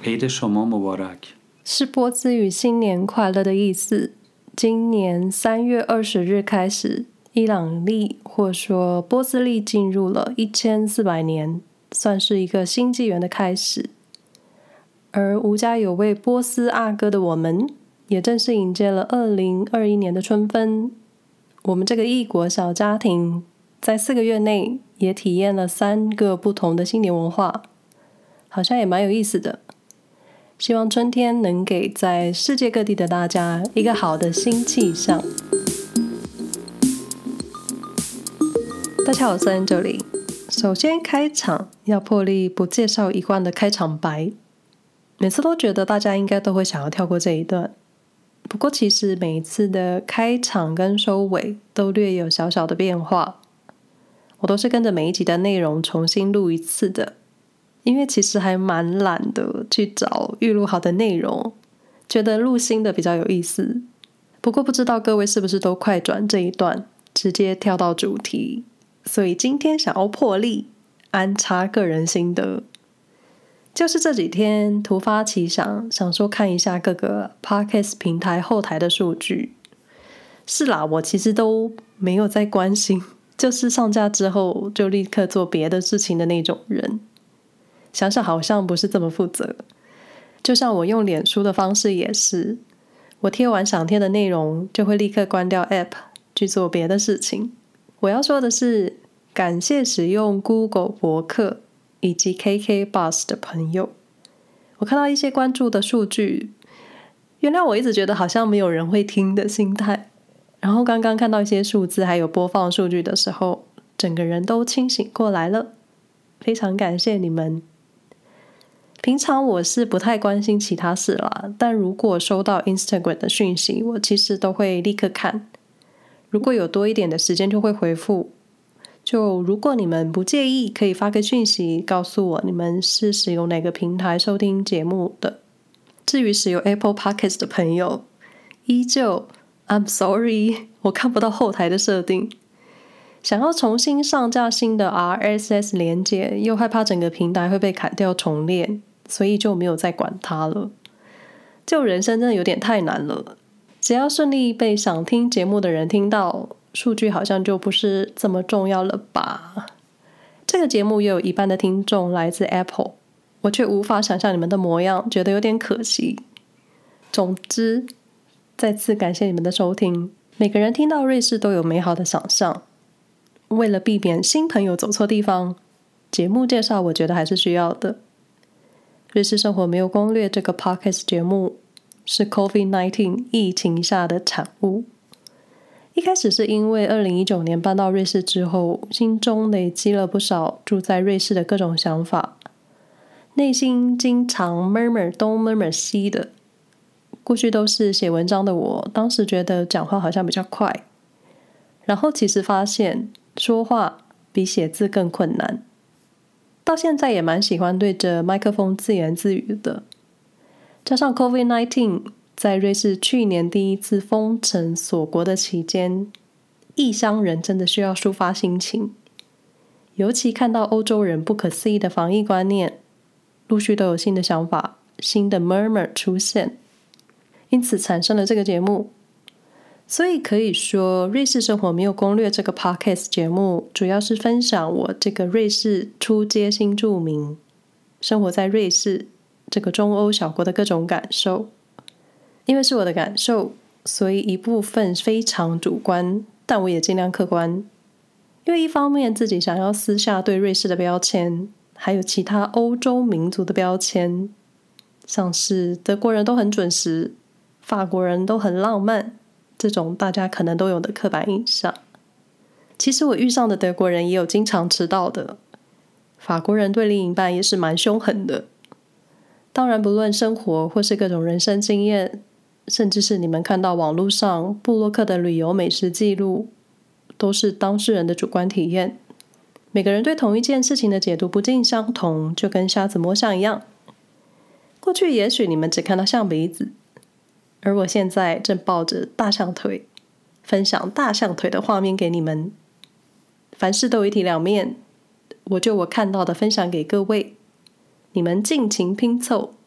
عید شما مبارک 是波兹语新年快乐的意思。今年3月20日开始，伊朗历或说波斯历进入了1400年，算是一个新纪元的开始。而无家有位波斯阿哥的我们，也正式迎接了2021年的春分。我们这个异国小家庭，在4个月内也体验了3个不同的新年文化，好像也蛮有意思的。希望春天能给在世界各地的大家一个好的新气象。大家好，我是Angeline。首先开场要破例不介绍一贯的开场白，每次都觉得大家应该都会想要跳过这一段。不过其实每一次的开场跟收尾都略有小小的变化，我都是跟着每一集的内容重新录一次的。因为其实还蛮懒的去找预录好的内容，觉得录新的比较有意思。不过不知道各位是不是都快转这一段，直接跳到主题。所以今天想要破例安插个人心得，就是这几天突发奇想，想说看一下各个 Podcast 平台后台的数据。是啦，我其实都没有在关心，就是上架之后就立刻做别的事情的那种人。想想好像不是这么负责，就像我用脸书的方式也是，我贴完想贴的内容就会立刻关掉 App 去做别的事情。我要说的是，感谢使用 Google 博客以及 KKBOX 的朋友。我看到一些关注的数据，原来我一直觉得好像没有人会听的心态，然后刚刚看到一些数字还有播放数据的时候，整个人都清醒过来了，非常感谢你们。平常我是不太关心其他事啦，但如果收到 Instagram 的讯息，我其实都会立刻看。如果有多一点的时间就会回复。就如果你们不介意，可以发个讯息告诉我你们是使用哪个平台收听节目的。至于使用 Apple Podcast 的朋友，依旧 I'm sorry， 我看不到后台的设定。想要重新上架新的 RSS 连结，又害怕整个平台会被砍掉重练，所以就没有再管它了。就人生真的有点太难了，只要顺利被想听节目的人听到，数据好像就不是这么重要了吧。这个节目也有一半的听众来自 Apple， 我却无法想象你们的模样，觉得有点可惜。总之，再次感谢你们的收听。每个人听到瑞士都有美好的想象，为了避免新朋友走错地方，节目介绍我觉得还是需要的。瑞士生活没有攻略这个 Podcast 节目是 COVID-19 疫情下的产物。一开始是因为2019年搬到瑞士之后，心中累积了不少住在瑞士的各种想法，内心经常 murmur 东 murmur 西的。过去都是写文章的我，当时觉得讲话好像比较快，然后其实发现说话比写字更困难。到现在也蛮喜欢对着麦克风自言自语的。加上 COVID-19 在瑞士去年第一次封城锁国的期间，异乡人真的需要抒发心情，尤其看到欧洲人不可思议的防疫观念，陆续都有新的想法，新的 murmur 出现，因此产生了这个节目。所以可以说，瑞士生活没有攻略这个 podcast 节目主要是分享我这个瑞士初阶新住民生活在瑞士这个中欧小国的各种感受。因为是我的感受，所以一部分非常主观，但我也尽量客观。因为一方面自己想要撕下对瑞士的标签，还有其他欧洲民族的标签，像是德国人都很准时，法国人都很浪漫，这种大家可能都有的刻板印象。其实我遇上的德国人也有经常迟到的，法国人对另一半也是蛮凶狠的。当然不论生活或是各种人生经验，甚至是你们看到网络上部落客的旅游美食记录，都是当事人的主观体验。每个人对同一件事情的解读不尽相同，就跟瞎子摸象一样。过去也许你们只看到象鼻子，而我现在正抱着大象腿，分享大象腿的画面给你们。凡事都有一体两面，我就我看到的分享给各位，你们尽情拼凑。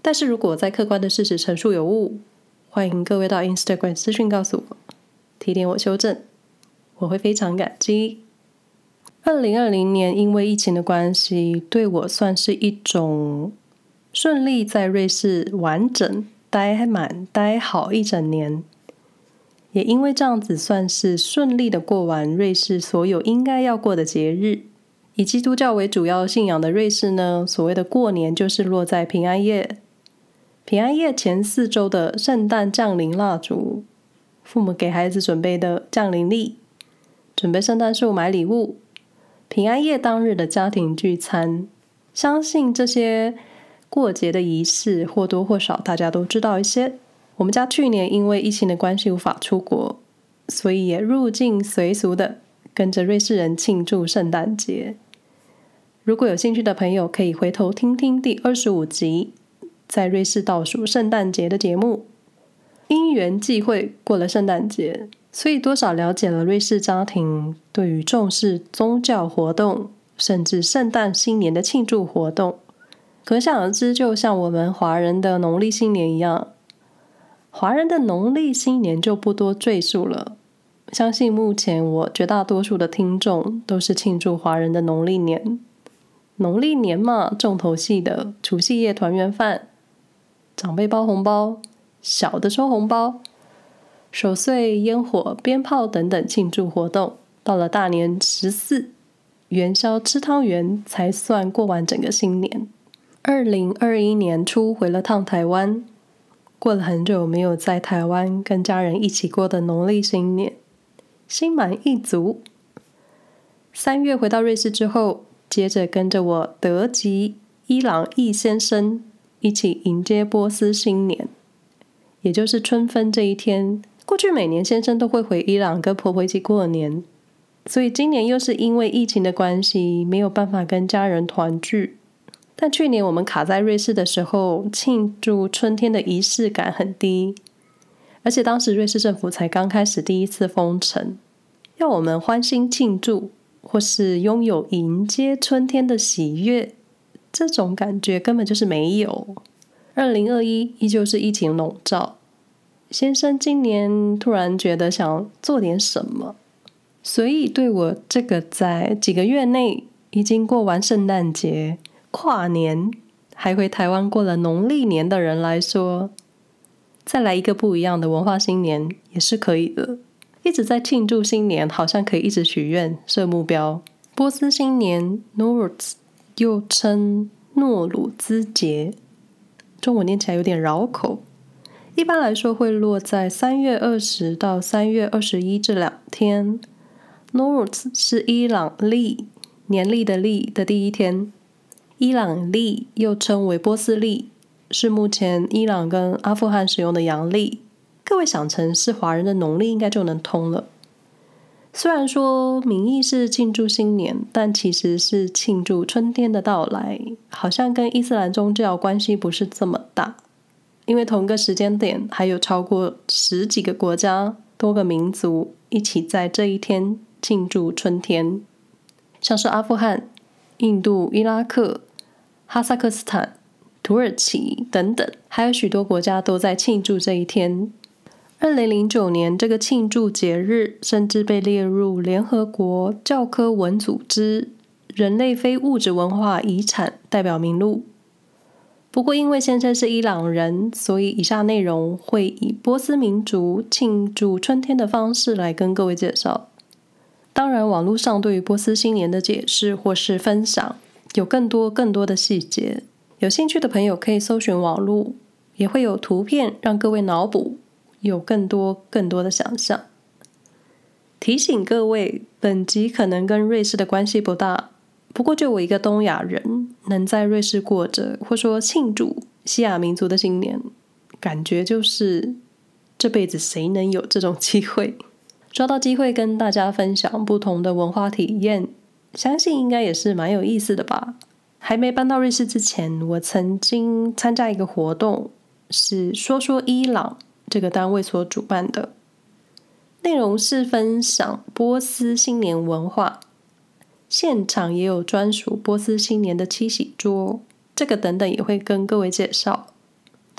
但是如果在客观的事实陈述有误，欢迎各位到 Instagram 私讯告诉我，提点我修正，我会非常感激。2020年因为疫情的关系，对我算是一种顺利在瑞士完整待好一整年，也因为这样子算是顺利的过完瑞士所有应该要过的节日。以基督教为主要信仰的瑞士呢，所谓的过年就是落在平安夜。平安夜前4周的圣诞降临蜡烛，父母给孩子准备的降临礼，准备圣诞树买礼物，平安夜当日的家庭聚餐，相信这些过节的仪式或多或少大家都知道一些。我们家去年因为疫情的关系无法出国，所以也入境随俗的跟着瑞士人庆祝圣诞节。如果有兴趣的朋友可以回头听听第25集在瑞士倒数圣诞节的节目。因缘际会过了圣诞节，所以多少了解了瑞士家庭对于重视宗教活动甚至圣诞新年的庆祝活动。可想而知，就像我们华人的农历新年一样，华人的农历新年就不多赘述了。相信目前我绝大多数的听众都是庆祝华人的农历年。农历年嘛，重头戏的除夕夜团圆饭，长辈包红包，小的收红包，守岁、烟火、鞭炮等等庆祝活动。到了大年14，元宵吃汤圆才算过完整个新年。2021年初回了趟台湾，过了很久没有在台湾跟家人一起过的农历新年，心满意足。3月回到瑞士之后，接着跟着我德籍伊朗裔先生一起迎接波斯新年，也就是春分这一天。过去每年先生都会回伊朗跟婆婆一起过年，所以今年又是因为疫情的关系没有办法跟家人团聚。但去年我们卡在瑞士的时候，庆祝春天的仪式感很低，而且当时瑞士政府才刚开始第一次封城，要我们欢欣庆祝或是拥有迎接春天的喜悦，这种感觉根本就是没有。2021依旧是疫情笼罩，先生今年突然觉得想做点什么，所以对我这个在几个月内已经过完圣诞节、跨年，还回台湾过了农历年的人来说，再来一个不一样的文化新年也是可以的。一直在庆祝新年，好像可以一直许愿设目标。波斯新年 Nowruz 又称诺鲁兹节，中文念起来有点绕口。一般来说会落在3月20到3月21这2天。Nowruz 是伊朗历年历的历的第一天。伊朗历又称为波斯历，是目前伊朗跟阿富汗使用的阳历。各位想成是华人的农历应该就能通了。虽然说名义是庆祝新年，但其实是庆祝春天的到来，好像跟伊斯兰宗教关系不是这么大。因为同个时间点还有超过10几个国家、多个民族一起在这一天庆祝春天，像是阿富汗、印度、伊拉克、哈萨克斯坦、土耳其等等，还有许多国家都在庆祝这一天。2009年这个庆祝节日甚至被列入联合国教科文组织人类非物质文化遗产代表名录。不过因为先生是伊朗人，所以以下内容会以波斯民族庆祝春天的方式来跟各位介绍。当然网络上对于波斯新年的解释或是分享有更多的细节，有兴趣的朋友可以搜寻网络，也会有图片让各位脑补，有更多的想象。提醒各位，本集可能跟瑞士的关系不大，不过就我一个东亚人能在瑞士过着或说庆祝西亚民族的新年，感觉就是这辈子谁能有这种机会，抓到机会跟大家分享不同的文化体验，相信应该也是蛮有意思的吧。还没搬到瑞士之前，我曾经参加一个活动，是说伊朗这个单位所主办的，内容是分享波斯新年文化，现场也有专属波斯新年的七喜桌，这个等等也会跟各位介绍。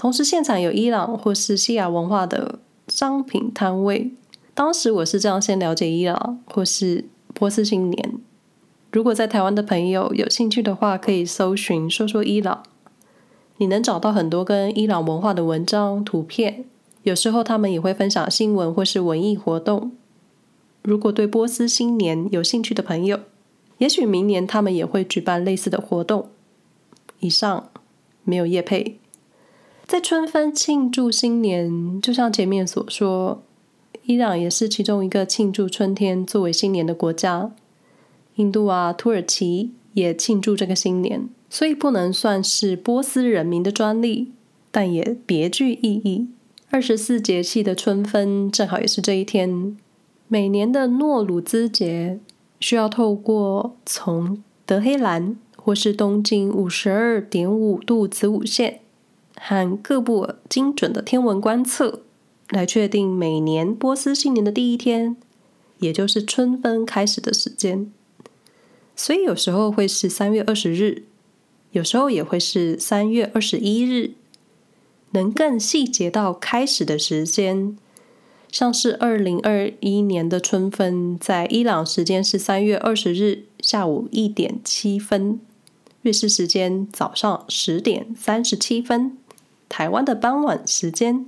同时现场有伊朗或是西亚文化的商品摊位。当时我是这样先了解伊朗或是波斯新年。如果在台湾的朋友有兴趣的话，可以搜寻说说伊朗，你能找到很多跟伊朗文化的文章、图片，有时候他们也会分享新闻或是文艺活动。如果对波斯新年有兴趣的朋友，也许明年他们也会举办类似的活动。以上没有业配。在春分庆祝新年，就像前面所说，伊朗也是其中一个庆祝春天作为新年的国家。印度啊、土耳其也庆祝这个新年，所以不能算是波斯人民的专利，但也别具意义。24节气的春分正好也是这一天。每年的诺鲁兹节需要透过从德黑兰或是东经 52.5 度子午线和各部精准的天文观测来确定每年波斯新年的第一天，也就是春分开始的时间。所以有时候会是3月20日，有时候也会是3月21日。能更细节到开始的时间，像是2021年的春分，在伊朗时间是3月20日下午1点7分，瑞士时间早上10点37分，台湾的傍晚时间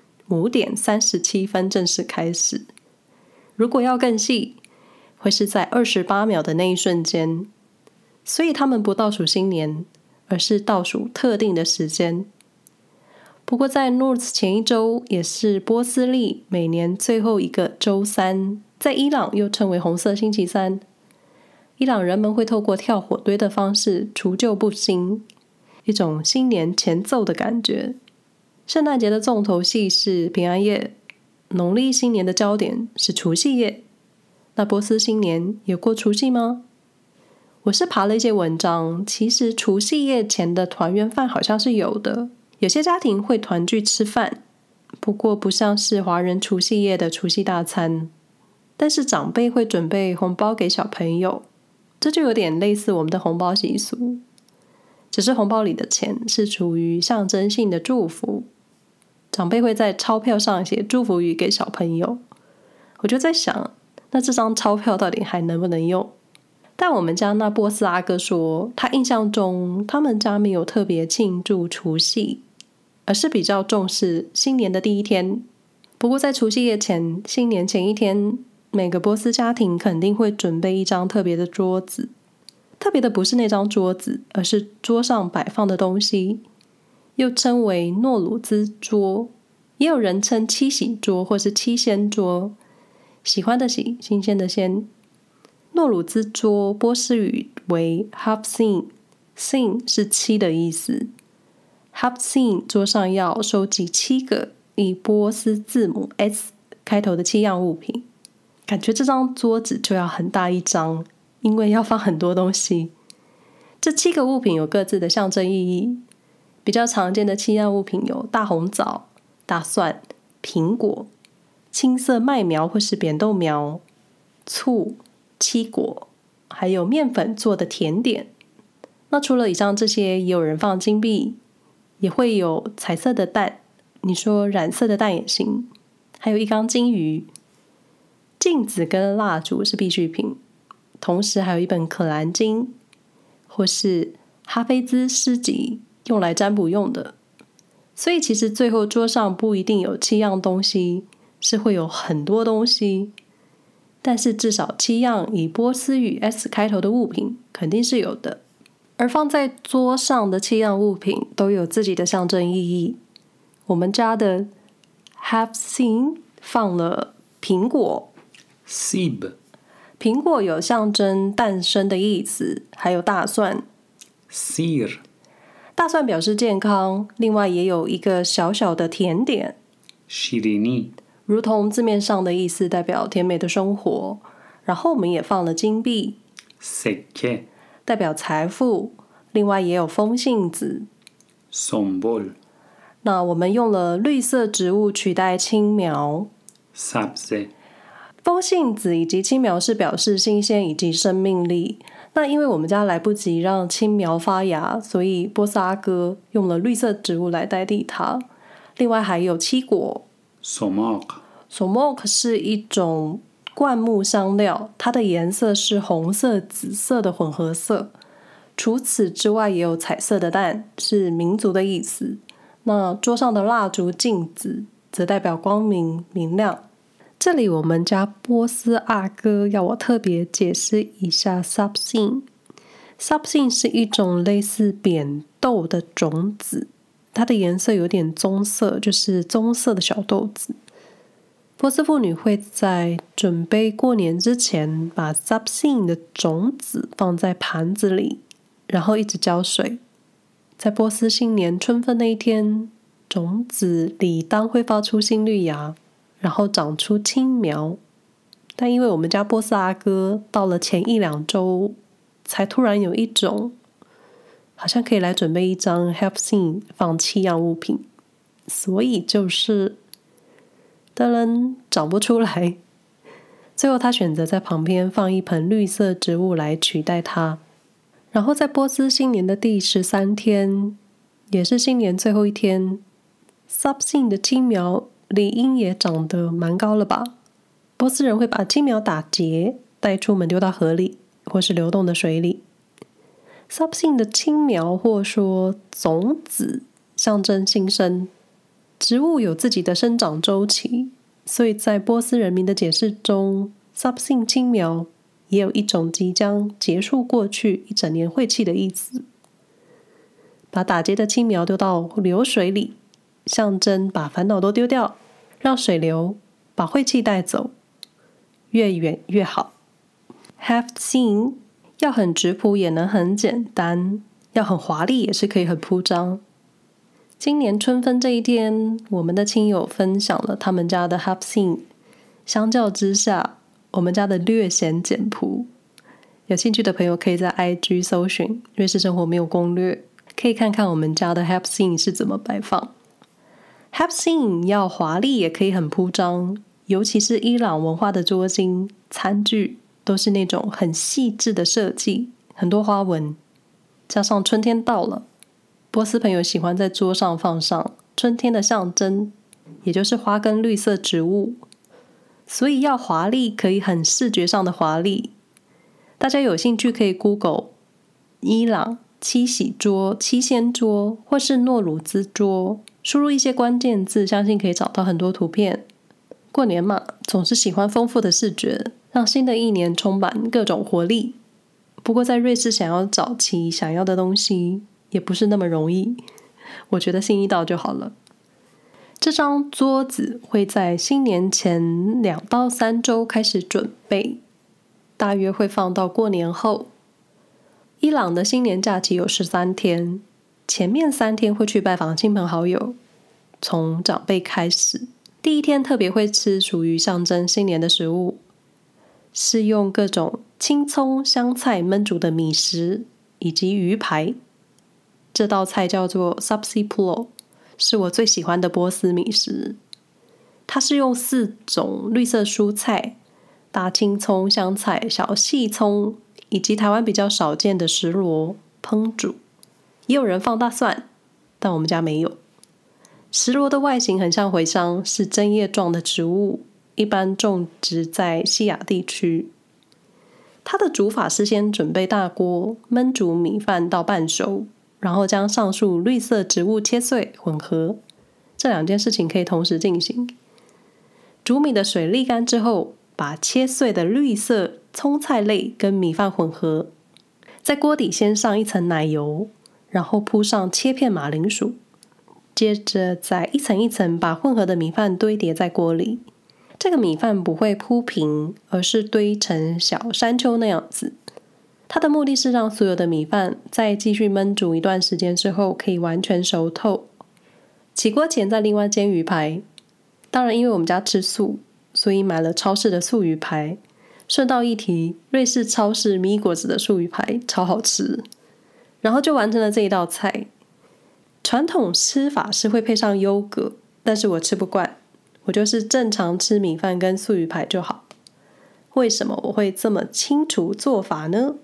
5点37分正式开始。如果要更细，会是在28秒的那一瞬间，所以他们不倒数新年，而是倒数特定的时间。不过在 Nowruz 前一周，也是波斯历每年最后一个周三，在伊朗又称为红色星期三。伊朗人们会透过跳火堆的方式除旧布新，一种新年前奏的感觉。圣诞节的重头戏是平安夜，农历新年的焦点是除夕夜。那波斯新年有过除夕吗？我是爬了一些文章，其实除夕夜前的团圆饭好像是有的，有些家庭会团聚吃饭，不过不像是华人除夕夜的除夕大餐。但是长辈会准备红包给小朋友，这就有点类似我们的红包习俗，只是红包里的钱是处于象征性的祝福，长辈会在钞票上写祝福语给小朋友。我就在想，那这张钞票到底还能不能用？但我们家那波斯阿哥说，他印象中他们家没有特别庆祝除夕，而是比较重视新年的第一天。不过在除夕夜前，新年前一天，每个波斯家庭肯定会准备一张特别的桌子。特别的不是那张桌子，而是桌上摆放的东西，又称为诺鲁兹桌，也有人称七喜桌或是七鲜桌。喜欢的喜，新鲜的鲜。诺鲁兹桌波斯语为 Hafsin， Sin 是七的意思。Hafsin 桌上要收集7个以波斯字母 S 开头的7样物品。感觉这张桌子就要很大一张，因为要放很多东西。这7个物品有各自的象征意义。比较常见的7样物品有大红枣、大蒜、苹果、青色麦苗或是扁豆苗、醋、七果，还有面粉做的甜点。那除了以上这些，也有人放金币，也会有彩色的蛋，你说染色的蛋也行，还有一缸金鱼。镜子跟蜡烛是必需品，同时还有一本可兰经或是哈菲兹诗集，用来占卜用的。所以其实最后桌上不一定有7样东西，是会有很多东西，但是至少7样以波斯语 S 开头的物品肯定是有的。而放在桌上的7样物品都有自己的象征意义。我们家的 Hafsin 放了苹果 Sib， 苹果有象征诞生的意思，还有大蒜 Sir， 大蒜表示健康，另外也有一个小小的甜点 Shirini， 如同字面上的意思，代表甜美的生活。然后我们也放了金币 Sekke， 代表财富，另外也有风信子 Sombol， 那我们用了绿色植物取代青苗 Sabze， 风信子以及青苗是表示新鲜以及生命力， 那因为我们家来不及让青苗发芽，所以波斯阿哥用了绿色植物来代替它。另外还有七果。Somok 是一种灌木香料，它的颜色是红色、紫色的混合色。除此之外，也有彩色的蛋，是民族的意思。那桌上的蜡烛镜子则代表光明明亮。这里我们家波斯阿哥要我特别解释一下 Sapsin。Sapsin 是一种类似扁豆的种子，它的颜色有点棕色，就是棕色的小豆子。波斯妇女会在准备过年之前，把 Sapsin 的种子放在盘子里，然后一直浇水。在波斯新年春分那一天，种子理当会发出新绿芽，然后长出青苗。但因为我们家波斯阿哥到了前1-2周，才突然有一种好像可以来准备一张 Help Scene 放7样物品，所以就是的人长不出来。最后他选择在旁边放一盆绿色植物来取代它。然后在波斯新年的第13天，也是新年最后一天， Sapsin 的青苗理应也长得蛮高了吧。波斯人会把青苗打结，带出门丢到河里或是流动的水里。Sapsin 的青苗或说种子象征新生。植物有自己的生长周期，所以在波斯人民的解释中， Sapsin 青苗也有一种即将结束过去一整年晦气的意思。把打结的青苗丢到流水里，象征把烦恼都丢掉，让水流把晦气带走，越远越好。 Have seen 要很质朴也能很简单，要很华丽也是可以很铺张。今年春分这一天，我们的亲友分享了他们家的 Have seen， 相较之下我们家的略显简朴。有兴趣的朋友可以在 IG 搜寻瑞士生活没有攻略，可以看看我们家的 Have seen 是怎么摆放。Have seen 要华丽也可以很铺张，尤其是伊朗文化的桌巾、餐具都是那种很细致的设计，很多花纹。加上春天到了，波斯朋友喜欢在桌上放上春天的象征，也就是花跟绿色植物。所以要华丽可以很视觉上的华丽。大家有兴趣可以 Google 伊朗七喜桌、七仙桌或是诺鲁兹桌，输入一些关键字，相信可以找到很多图片。过年嘛，总是喜欢丰富的视觉，让新的一年充满各种活力。不过在瑞士想要找齐想要的东西也不是那么容易，我觉得心意到就好了。这张桌子会在新年前2到3周开始准备，大约会放到过年后。伊朗的新年假期有13天，前面3天会去拜访亲朋好友，从长辈开始。第1天特别会吃属于象征新年的食物，是用各种青葱、香菜焖煮的米食以及鱼排。这道菜叫做 Sapsi Pulo， 是我最喜欢的波斯米食。它是用4种绿色蔬菜，大青葱、香菜、小细葱以及台湾比较少见的石螺烹煮，也有人放大蒜，但我们家没有。石螺的外形很像茴香，是针叶状的植物，一般种植在西亚地区。它的煮法是先准备大锅焖煮米饭到半熟，然后将上述绿色植物切碎混合，这2件事情可以同时进行。煮米的水沥干之后，把切碎的绿色葱菜类跟米饭混合，在锅底先上一层奶油，然后铺上切片马铃薯，接着再一层一层把混合的米饭堆叠在锅里。这个米饭不会铺平，而是堆成小山丘那样子。它的目的是让所有的米饭在继续焖煮一段时间之后可以完全熟透。起锅前再另外煎鱼排，当然因为我们家吃素，所以买了超市的素鱼排。顺道一提，瑞士超市米果子的素鱼排超好吃，然后就完成了这一道菜。传统吃法是会配上优格，但是我吃不惯，我就是正常吃米饭跟素鱼排就好。为什么我会这么清楚做法呢？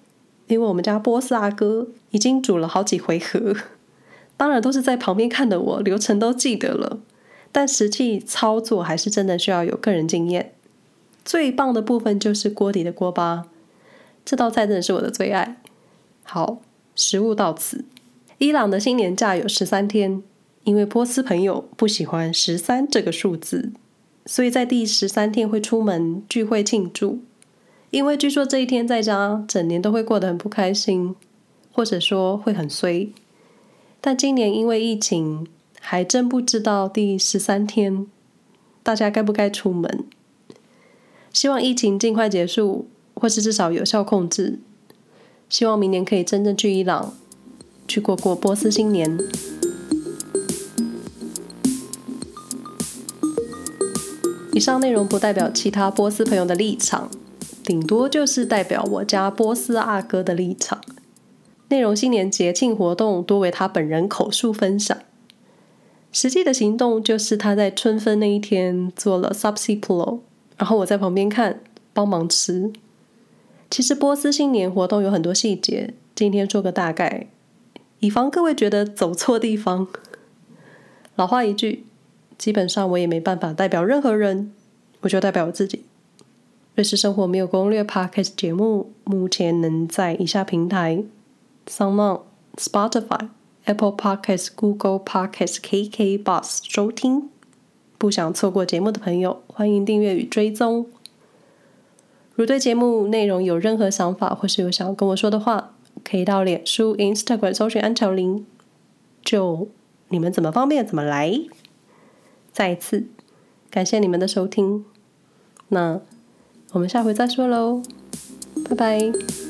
因为我们家波斯阿哥已经煮了好几回合，当然都是在旁边看的我，流程都记得了，但实际操作还是真的需要有个人经验。最棒的部分就是锅底的锅巴，这道菜真的是我的最爱。好，食物到此。伊朗的新年假有13天，因为波斯朋友不喜欢13这个数字，所以在第13天会出门聚会庆祝。因为据说这一天在家整年都会过得很不开心，或者说会很衰。但今年因为疫情，还真不知道第13天大家该不该出门。希望疫情尽快结束，或是至少有效控制。希望明年可以真正去伊朗，去过波斯新年。以上内容不代表其他波斯朋友的立场，顶多就是代表我家波斯阿哥的立场。内容新年节庆活动多为他本人口述分享，实际的行动就是他在春分那一天做了 Subsi Pulo， 然后我在旁边看，帮忙吃。其实波斯新年活动有很多细节，今天说个大概，以防各位觉得走错地方。老话一句，基本上我也没办法代表任何人，我就代表我自己。瑞士生活没有攻略 Podcast 节目目前能在以下平台 SoundOn、Spotify、Apple Podcasts、Google Podcasts、KKBox 收听。不想错过节目的朋友，欢迎订阅与追踪。如对节目内容有任何想法，或是有想要跟我说的话，可以到脸书、Instagram 搜寻安乔琳，就你们怎么方便怎么来。再一次感谢你们的收听，那我们下回再说喽，拜拜。